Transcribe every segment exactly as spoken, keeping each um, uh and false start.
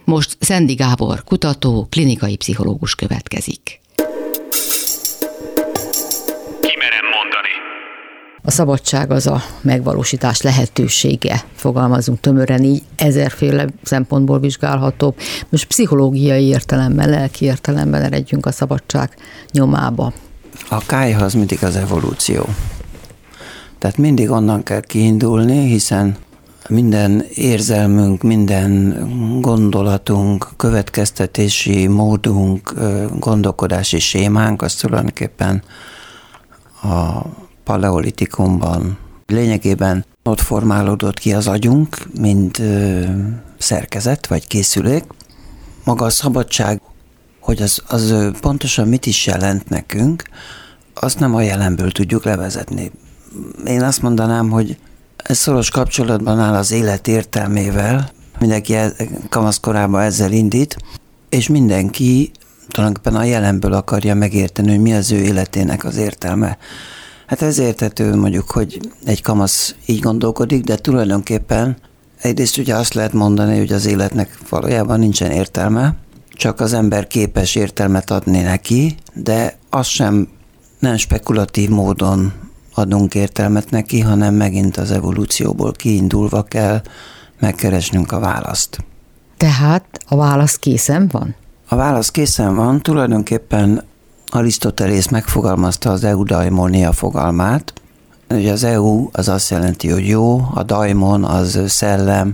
Most Szendi Gábor kutató, klinikai pszichológus következik. Kimerem mondani. A szabadság az a megvalósítás lehetősége, fogalmazunk tömören így, ezerféle szempontból vizsgálható. Most pszichológiai értelemben, lelki értelemben eredjünk a szabadság nyomába. A kályha az mindig az evolúció. Tehát mindig onnan kell kiindulni, hiszen minden érzelmünk, minden gondolatunk, következtetési módunk, gondolkodási sémánk, az tulajdonképpen a paleolitikumban lényegében ott formálódott ki az agyunk, mint ö, szerkezet vagy készülék. Maga a szabadság, hogy az, az pontosan mit is jelent nekünk, azt nem a jelenből tudjuk levezetni. Én azt mondanám, hogy ez szoros kapcsolatban áll az élet értelmével, mindenki kamaszkorában ezzel indít, és mindenki tulajdonképpen a jelenből akarja megérteni, hogy mi az ő életének az értelme. Hát ez érthető mondjuk, hogy egy kamasz így gondolkodik, de tulajdonképpen egyrészt ugye azt lehet mondani, hogy az életnek valójában nincsen értelme, csak az ember képes értelmet adni neki, de az sem nem spekulatív módon adunk értelmet neki, hanem megint az evolúcióból kiindulva kell megkeresnünk a választ. Tehát a válasz készen van? A válasz készen van, tulajdonképpen Arisztotelész megfogalmazta az eudaimonia fogalmát. Ugye az eu az azt jelenti, hogy jó, a daimon az szellem.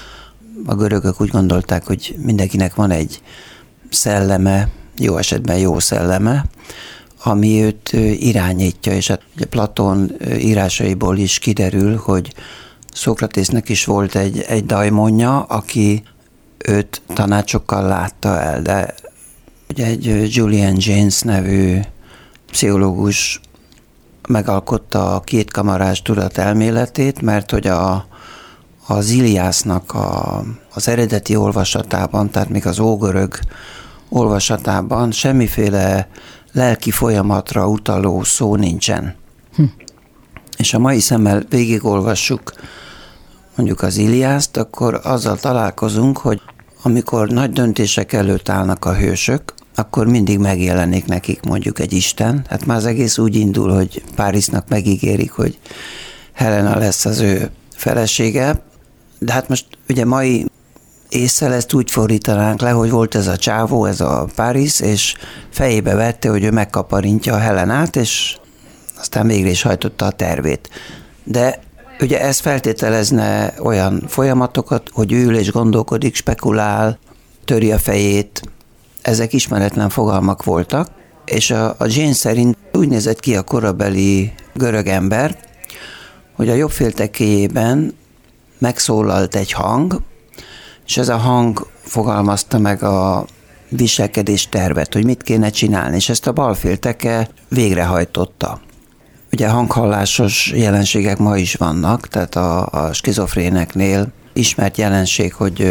A görögök úgy gondolták, hogy mindenkinek van egy szelleme, jó esetben jó szelleme, ami őt irányítja, és hát ugye Platón írásaiból is kiderül, hogy Szókratésznek is volt egy, egy daimonja, aki őt tanácsokkal látta el, de ugye egy Julian Jaynes nevű pszichológus megalkotta a kétkamarás tudat elméletét, mert hogy a, az Iliásznak a, az eredeti olvasatában, tehát még az ógörög olvasatában semmiféle lelki folyamatra utaló szó nincsen. Hm. És a mai szemmel végigolvassuk mondjuk az Iliászt, akkor azzal találkozunk, hogy amikor nagy döntések előtt állnak a hősök, akkor mindig megjelenik nekik mondjuk egy isten. Hát már az egész úgy indul, hogy Párizsnak megígérik, hogy Helena lesz az ő felesége, de hát most ugye mai ésszel ezt úgy fordítanánk le, hogy volt ez a csávó, ez a Párizs, és fejébe vette, hogy ő megkaparintja a Helenát, és aztán végre is hajtotta a tervét. De ugye ez feltételezne olyan folyamatokat, hogy ő ül és gondolkodik, spekulál, töri a fejét. Ezek ismeretlen fogalmak voltak, és a, a Jane szerint úgy nézett ki a korabeli görög ember, hogy a jobb féltekéjében megszólalt egy hang, és ez a hang fogalmazta meg a viselkedés tervet, hogy mit kéne csinálni, és ezt a bal félteke végrehajtotta. Ugye hanghallásos jelenségek ma is vannak, tehát a, a skizofréneknél ismert jelenség, hogy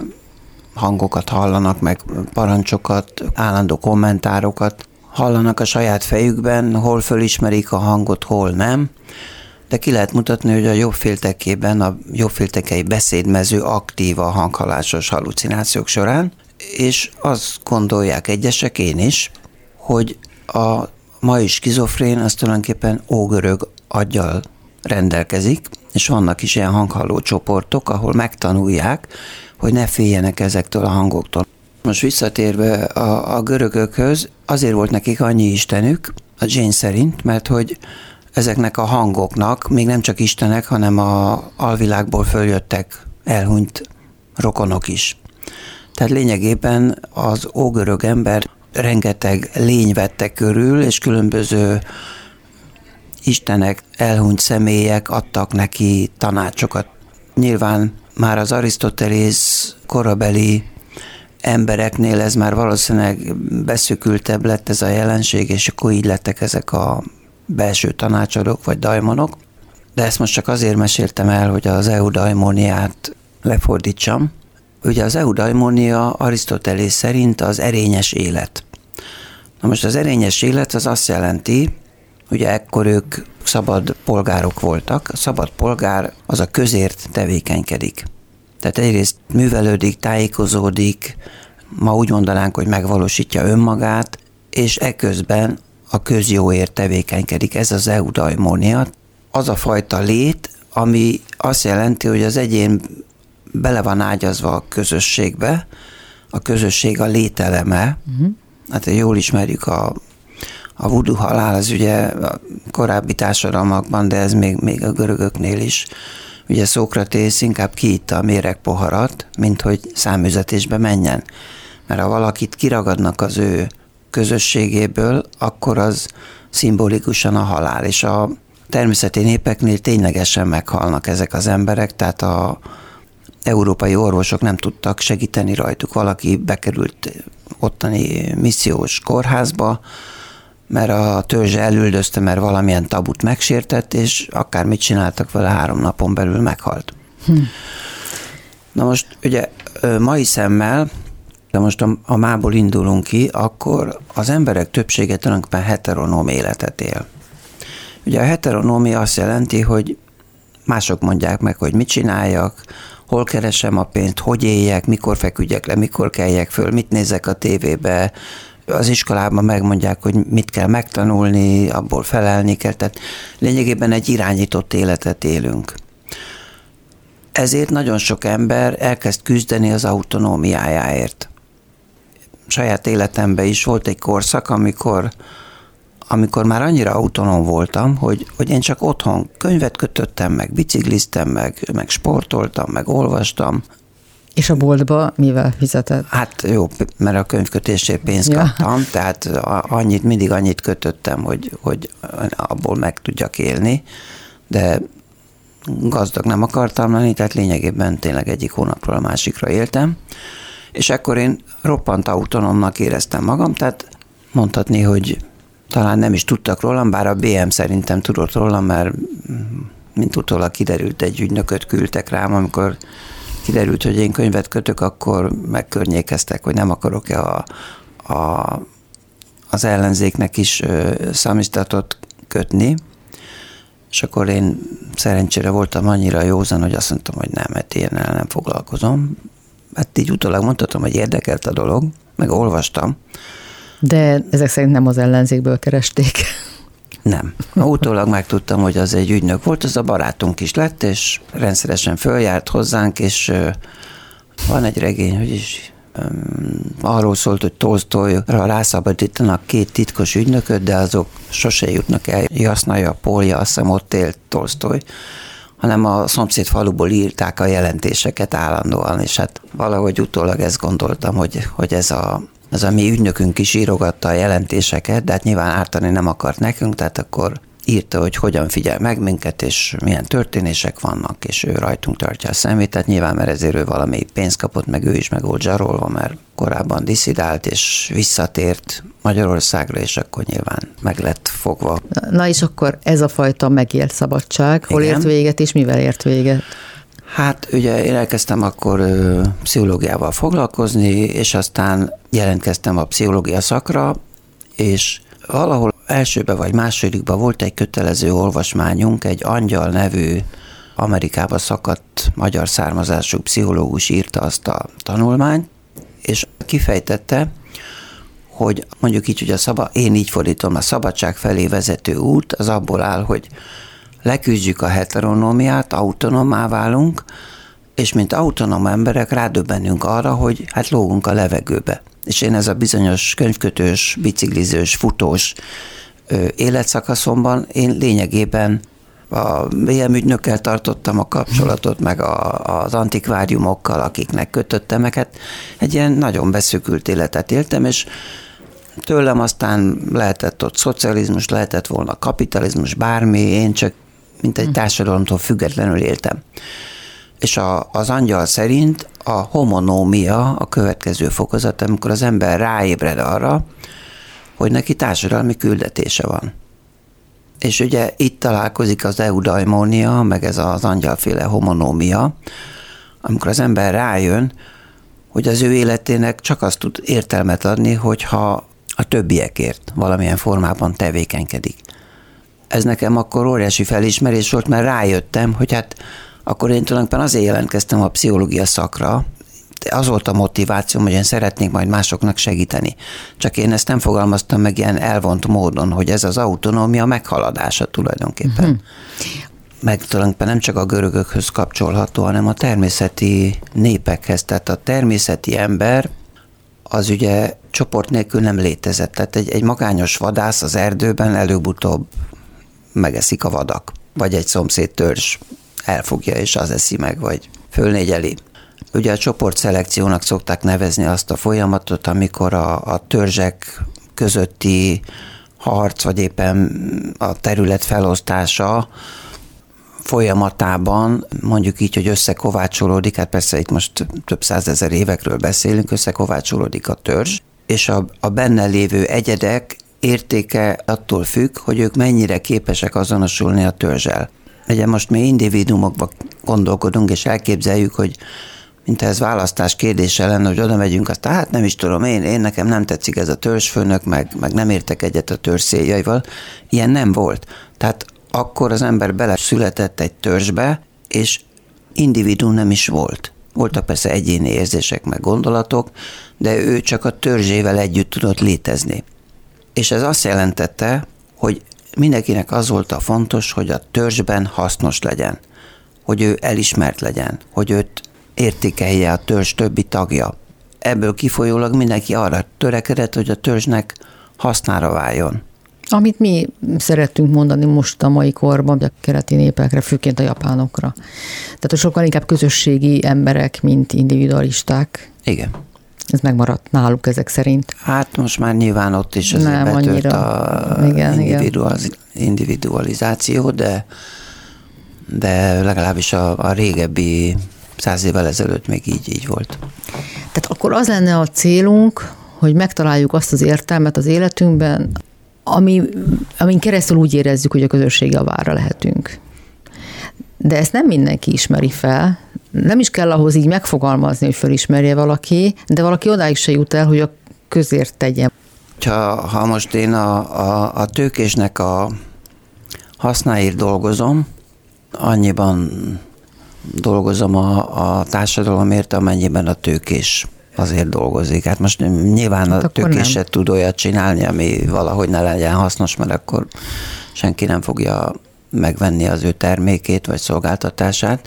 hangokat hallanak, meg parancsokat, állandó kommentárokat hallanak a saját fejükben, hol fölismerik a hangot, hol nem, de ki lehet mutatni, hogy a jobb féltekében a jobb féltekei beszédmező aktív a hanghallásos hallucinációk során, és azt gondolják egyesek, én is, hogy a mai skizofrén az tulajdonképpen ógörög aggyal rendelkezik, és vannak is ilyen hanghalló csoportok, ahol megtanulják, hogy ne féljenek ezektől a hangoktól. Most visszatérve a, a görögökhöz, azért volt nekik annyi istenük, a Jane szerint, mert hogy ezeknek a hangoknak még nem csak istenek, hanem a alvilágból följöttek elhunyt rokonok is. Tehát lényegében az ógörög ember rengeteg lény vette körül, és különböző istenek, elhunyt személyek adtak neki tanácsokat. Nyilván már az Arisztotelész korabeli embereknél ez már valószínűleg beszűkültebb lett ez a jelenség, és akkor így lettek ezek a belső tanácsadók vagy daimonok. De ezt most csak azért meséltem el, hogy az eudaimoniát lefordítsam. Ugye az eudaimonia Arisztotelész szerint az erényes élet. Na most az erényes élet az azt jelenti, ugye ekkor ők szabad polgárok voltak. A szabad polgár az a közért tevékenykedik. Tehát egyrészt művelődik, tájékozódik, ma úgy mondanánk, hogy megvalósítja önmagát, és eközben a közjóért tevékenykedik. Ez az eudaimonia, az a fajta lét, ami azt jelenti, hogy az egyén bele van ágyazva a közösségbe, a közösség a lételeme. Uh-huh. Hát jól ismerjük a, a vudu halál, az ugye a korábbi társadalmakban, de ez még, még a görögöknél is. Ugye Szókratész inkább kiitta a méregpoharat, mint hogy számüzetésbe menjen. Mert ha valakit kiragadnak az ő közösségéből, akkor az szimbolikusan a halál, és a természeti népeknél ténylegesen meghalnak ezek az emberek, tehát a európai orvosok nem tudtak segíteni rajtuk. Valaki bekerült ottani missziós kórházba, mert a törzse elüldözte, mert valamilyen tabut megsértett, és akármit csináltak vele, három napon belül meghalt. Hm. Na most ugye mai szemmel, de most a, a mából indulunk ki, akkor az emberek többsége tulajdonképpen heteronóm életet él. Ugye a heteronómia azt jelenti, hogy mások mondják meg, hogy mit csináljak, hol keresem a pénzt, hogy éljek, mikor feküdjek le, mikor keljek föl, mit nézek a tévébe, az iskolában megmondják, hogy mit kell megtanulni, abból felelni kell, tehát lényegében egy irányított életet élünk. Ezért nagyon sok ember elkezd küzdeni az autonómiájáért. Saját életemben is volt egy korszak, amikor, amikor már annyira autonóm voltam, hogy, hogy én csak otthon könyvet kötöttem, meg bicikliztem, meg, meg sportoltam, meg olvastam. És a boltba mivel fizetett? Hát jó, mert a könyvkötésért pénzt ja. kaptam, tehát annyit, mindig annyit kötöttem, hogy, hogy abból meg tudjak élni, de gazdag nem akartam lenni, tehát lényegében tényleg egyik hónapról a másikra éltem, és akkor én roppant autonómnak éreztem magam, tehát mondhatni, hogy talán nem is tudtak rólam, bár a bé em szerintem tudott rólam, mert mint utólag kiderült, egy ügynököt küldtek rám, amikor kiderült, hogy én könyvet kötök, akkor megkörnyékeztek, hogy nem akarok-e a, a, az ellenzéknek is szamizdatot kötni, és akkor én szerencsére voltam annyira józan, hogy azt mondtam, hogy nem, hát ilyennel nem foglalkozom. Hát így utólag mondhatom, hogy érdekelt a dolog, meg olvastam. De ezek szerint nem az ellenzékből keresték. Nem. Utólag megtudtam, hogy az egy ügynök volt, az a barátunk is lett, és rendszeresen följárt hozzánk, és van egy regény, hogy is arról szólt, hogy Tolsztojra rászabadítanak két titkos ügynököt, de azok sose jutnak el. Jasznaja, Polja, azt hiszem ott élt Tolsztoj, hanem a szomszéd faluból írták a jelentéseket állandóan, és hát valahogy utólag ezt gondoltam, hogy, hogy ez a Ez a mi ügynökünk is írogatta a jelentéseket, de hát nyilván ártani nem akart nekünk, tehát akkor írta, hogy hogyan figyel meg minket, és milyen történések vannak, és ő rajtunk tartja a szemét, tehát nyilván, mert ezért ő valami pénzt kapott, meg ő is meg volt zsarolva, mert korábban disszidált, és visszatért Magyarországra, és akkor nyilván meg lett fogva. Na és akkor ez a fajta megélt szabadság, hol Igen. ért véget, és mivel ért véget? Hát ugye én elkezdtem akkor ö, pszichológiával foglalkozni, és aztán jelentkeztem a pszichológia szakra, és valahol elsőben vagy másodikban volt egy kötelező olvasmányunk, egy Angyal nevű Amerikába szakadt magyar származású pszichológus írta azt a tanulmányt, és kifejtette, hogy mondjuk így, hogy a szaba, én így fordítom, a szabadság felé vezető út az abból áll, hogy leküzdjük a heteronómiát, autonómá válunk, és mint autonóm emberek rádöbbenünk arra, hogy hát lógunk a levegőbe. És én ez a bizonyos könyvkötős, biciklizős, futós ö, életszakaszomban én lényegében a bé em ügynökkel tartottam a kapcsolatot, meg a, az antikváriumokkal, akiknek kötöttem, meg hát egy ilyen nagyon beszűkült életet éltem, és tőlem aztán lehetett ott szocializmus, lehetett volna kapitalizmus, bármi, én csak mint egy társadalomtól függetlenül éltem. És a, az Angyal szerint a homonómia a következő fokozat, amikor az ember ráébred arra, hogy neki társadalmi küldetése van. És ugye itt találkozik az eudaimonia, meg ez az angyalféle homonómia, amikor az ember rájön, hogy az ő életének csak azt tud értelmet adni, hogyha a többiekért valamilyen formában tevékenykedik. Ez nekem akkor óriási felismerés volt, mert rájöttem, hogy hát akkor én tulajdonképpen azért jelentkeztem a pszichológia szakra, az volt a motivációm, hogy én szeretnék majd másoknak segíteni. Csak én ezt nem fogalmaztam meg ilyen elvont módon, hogy ez az autonómia meghaladása tulajdonképpen. Uh-huh. Meg tulajdonképpen nem csak a görögökhöz kapcsolható, hanem a természeti népekhez. Tehát a természeti ember az ugye csoport nélkül nem létezett. Tehát egy, egy magányos vadász az erdőben előbb-utóbb megeszik a vadak. Vagy egy szomszéd törzs elfogja és az eszi meg, vagy fölnégyeli. Ugye a csoportszelekciónak szokták nevezni azt a folyamatot, amikor a, a törzsek közötti harc, vagy éppen a terület felosztása folyamatában, mondjuk így, hogy összekovácsolódik, hát persze itt most több százezer évekről beszélünk, összekovácsolódik a törzs, és a, a benne lévő egyedek értéke attól függ, hogy ők mennyire képesek azonosulni a törzsel. Ugye most mi individuumokban gondolkodunk, és elképzeljük, hogy mint ez választás kérdése lenne, hogy oda megyünk, azt hát nem is tudom, én, én nekem nem tetszik ez a törzsfőnök, meg, meg nem értek egyet a törzs céljaival. Ilyen nem volt. Tehát akkor az ember beleszületett egy törzsbe, és individuum nem is volt. Voltak persze egyéni érzések, meg gondolatok, de ő csak a törzsével együtt tudott létezni. És ez azt jelentette, hogy mindenkinek az volt a fontos, hogy a törzsben hasznos legyen, hogy ő elismert legyen, hogy őt értékelje a törzs többi tagja. Ebből kifolyólag mindenki arra törekedett, hogy a törzsnek hasznára váljon. Amit mi szerettünk mondani most a mai korban, a keleti népekre, főként a japánokra. Tehát sokkal inkább közösségi emberek, mint individualisták. Igen. Ez megmaradt náluk ezek szerint. Hát most már nyilván ott is azért Nem, betört annyira. a igen, individualiz- igen. individualizáció, de, de legalábbis a, a régebbi száz évvel ezelőtt még így, így volt. Tehát akkor az lenne a célunk, hogy megtaláljuk azt az értelmet az életünkben, ami, amin keresztül úgy érezzük, hogy a közösség javára lehetünk. De ezt nem mindenki ismeri fel, nem is kell ahhoz így megfogalmazni, hogy felismerje valaki, de valaki odáig se jut el, hogy a közért tegyen. Ha, ha most én a, a, a tőkésnek a hasznáért dolgozom, annyiban dolgozom a, a társadalomért, amennyiben a tőkés azért dolgozik. Hát most nyilván hát a tőkés se tud olyat csinálni, ami valahogy ne legyen hasznos, mert akkor senki nem fogja megvenni az ő termékét vagy szolgáltatását.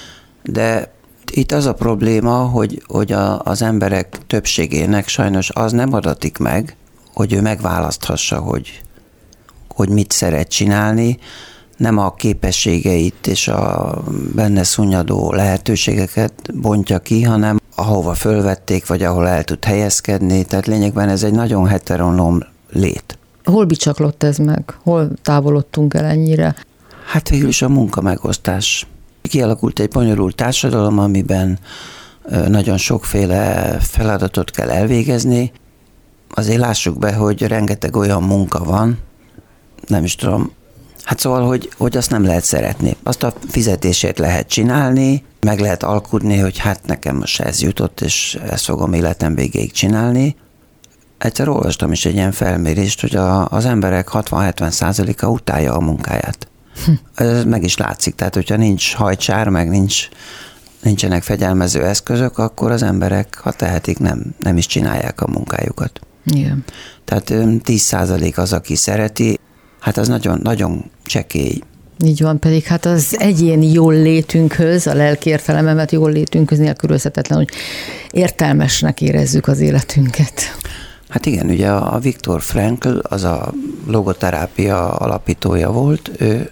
De itt az a probléma, hogy, hogy a, az emberek többségének sajnos az nem adatik meg, hogy ő megválaszthassa, hogy, hogy mit szeret csinálni, nem a képességeit és a benne szunnyadó lehetőségeket bontja ki, hanem ahova fölvették, vagy ahol el tud helyezkedni. Tehát lényegben ez egy nagyon heteronóm lét. Hol bicsaklott ez meg? Hol távolodtunk el ennyire? Hát végül is a munkamegosztás. Kialakult egy bonyolult társadalom, amiben nagyon sokféle feladatot kell elvégezni. Azért lássuk be, hogy rengeteg olyan munka van, nem is tudom, hát szóval, hogy, hogy azt nem lehet szeretni. Azt a fizetését lehet csinálni, meg lehet alkudni, hogy hát nekem most ez jutott, és ezt fogom életem végéig csinálni. Egyszer olvastam is egy ilyen felmérést, hogy a, az emberek hatvan-hetven százaléka utálja a munkáját. Hm. Ez meg is látszik, tehát hogyha nincs hajcsár, meg nincs, nincsenek fegyelmező eszközök, akkor az emberek, ha tehetik, nem, nem is csinálják a munkájukat. Igen. Tehát tíz százalék az, aki szereti, hát az nagyon, nagyon csekély. Így van, pedig hát az egyéni jól létünkhöz, a lelki értelememet jól létünkhöz nélkülözhetetlen, hogy értelmesnek érezzük az életünket. Hát igen, ugye a Viktor Frankl, az a logoterápia alapítója volt, ő,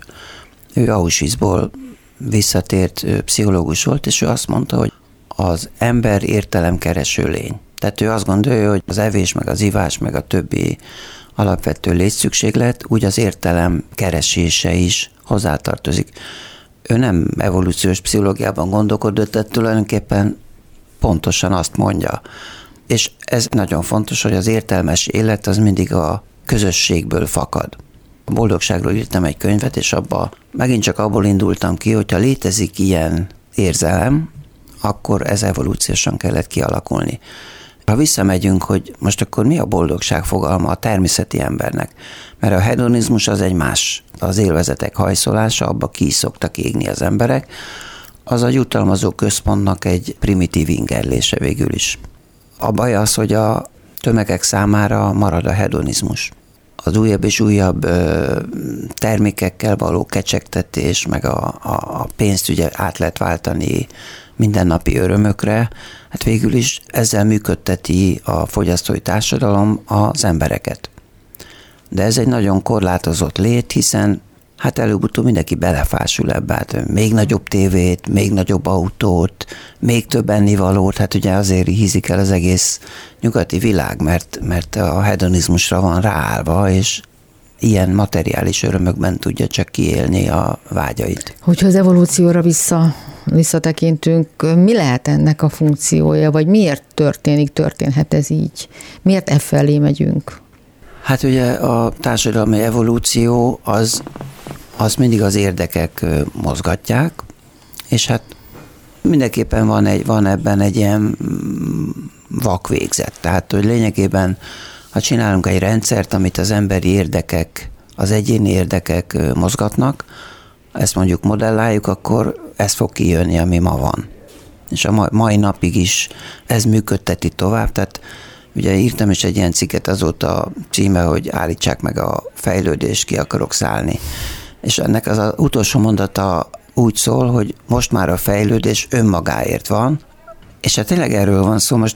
ő Auschwitzból visszatért, ő pszichológus volt, és ő azt mondta, hogy az ember értelemkereső lény. Tehát ő azt gondolja, hogy az evés, meg az ivás, meg a többi alapvető létszükséglet, úgy az értelem keresése is hozzátartozik. Ő nem evolúciós pszichológiában gondolkodott, de tulajdonképpen pontosan azt mondja. És ez nagyon fontos, hogy az értelmes élet az mindig a közösségből fakad. A boldogságról írtam egy könyvet, és abba megint csak abból indultam ki, hogyha létezik ilyen érzelem, akkor ez evolúciósan kellett kialakulni. Ha visszamegyünk, hogy most akkor mi a boldogság fogalma a természeti embernek, mert a hedonizmus az egy más, az élvezetek hajszolása, abba ki is szoktak égni az emberek, az a jutalmazó központnak egy primitív ingerlése végül is. A baj az, hogy a tömegek számára marad a hedonizmus. Az újabb és újabb termékekkel való kecsegtetés, meg a, a, a pénzt ugye át lehet váltani mindennapi örömökre, hát végül is ezzel működteti a fogyasztói társadalom az embereket. De ez egy nagyon korlátozott lét, hiszen hát előbb-utóbb mindenki belefásul ebbe, hát még nagyobb tévét, még nagyobb autót, még több ennivalót, hát ugye azért hízik el az egész nyugati világ, mert, mert a hedonizmusra van ráállva, és ilyen materiális örömökben tudja csak kiélni a vágyait. Hogyha az evolúcióra vissza, visszatekintünk, mi lehet ennek a funkciója, vagy miért történik, történhet ez így? Miért e felé megyünk? Hát ugye a társadalmi evolúció az, az mindig az érdekek mozgatják, és hát mindenképpen van, egy, van ebben egy ilyen vakvégzet. Tehát, hogy lényegében, ha csinálunk egy rendszert, amit az emberi érdekek, az egyéni érdekek mozgatnak, ezt mondjuk modelláljuk, akkor ez fog kijönni, ami ma van. És a mai napig is ez működteti tovább, tehát ugye írtam is egy ilyen cikket, azóta címe, hogy állítsák meg a fejlődést, ki akarok szállni. És ennek az, az utolsó mondata úgy szól, hogy most már a fejlődés önmagáért van, és hát tényleg erről van szó. Most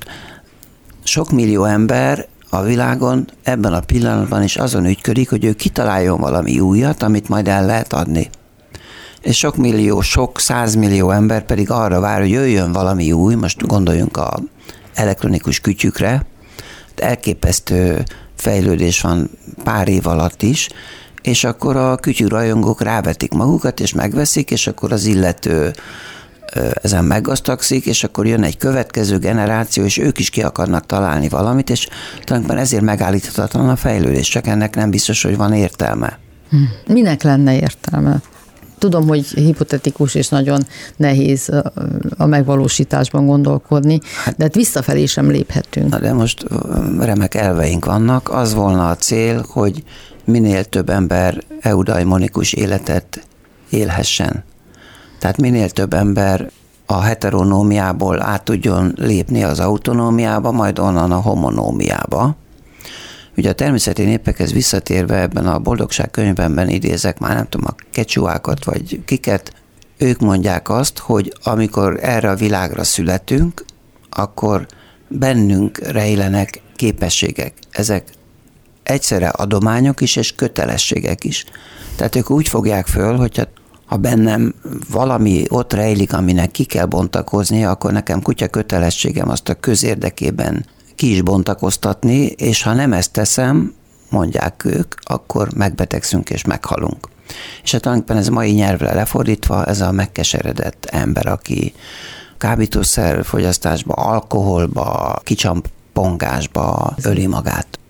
sok millió ember a világon ebben a pillanatban is azon ügyködik, hogy ő kitaláljon valami újat, amit majd el lehet adni. És sok millió, sok százmillió ember pedig arra vár, hogy jöjjön valami új, most gondoljunk a elektronikus kütyükre, elképesztő fejlődés van pár év alatt is, és akkor a kütyűrajongók rávetik magukat, és megveszik, és akkor az illető ezen meggazdagszik, és akkor jön egy következő generáció, és ők is ki akarnak találni valamit, és tulajdonképpen ezért megállíthatatlan a fejlődés, csak ennek nem biztos, hogy van értelme. Minek lenne értelme? Tudom, hogy hipotetikus és nagyon nehéz a megvalósításban gondolkodni, de hát visszafelé sem léphetünk. Na de most remek elveink vannak. Az volna a cél, hogy minél több ember eudaimonikus életet élhessen. Tehát minél több ember a heteronómiából át tudjon lépni az autonómiába, majd onnan a homonómiába. Ugye a természeti népekhez visszatérve ebben a boldogság könyvemben idézek már nem tudom a kecsuákat vagy kiket, ők mondják azt, hogy amikor erre a világra születünk, akkor bennünk rejlenek képességek. Ezek egyszerre adományok is és kötelességek is. Tehát ők úgy fogják föl, hogyha ha bennem valami ott rejlik, aminek ki kell bontakoznia, akkor nekem kutya kötelességem azt a közérdekében ki is bontakoztatni, és ha nem ezt teszem, mondják ők, akkor megbetegszünk és meghalunk. És hát tulajdonképpen ez mai nyelvre lefordítva, ez a megkeseredett ember, aki kábítószer fogyasztásba, alkoholba, kicsampongásba öli magát.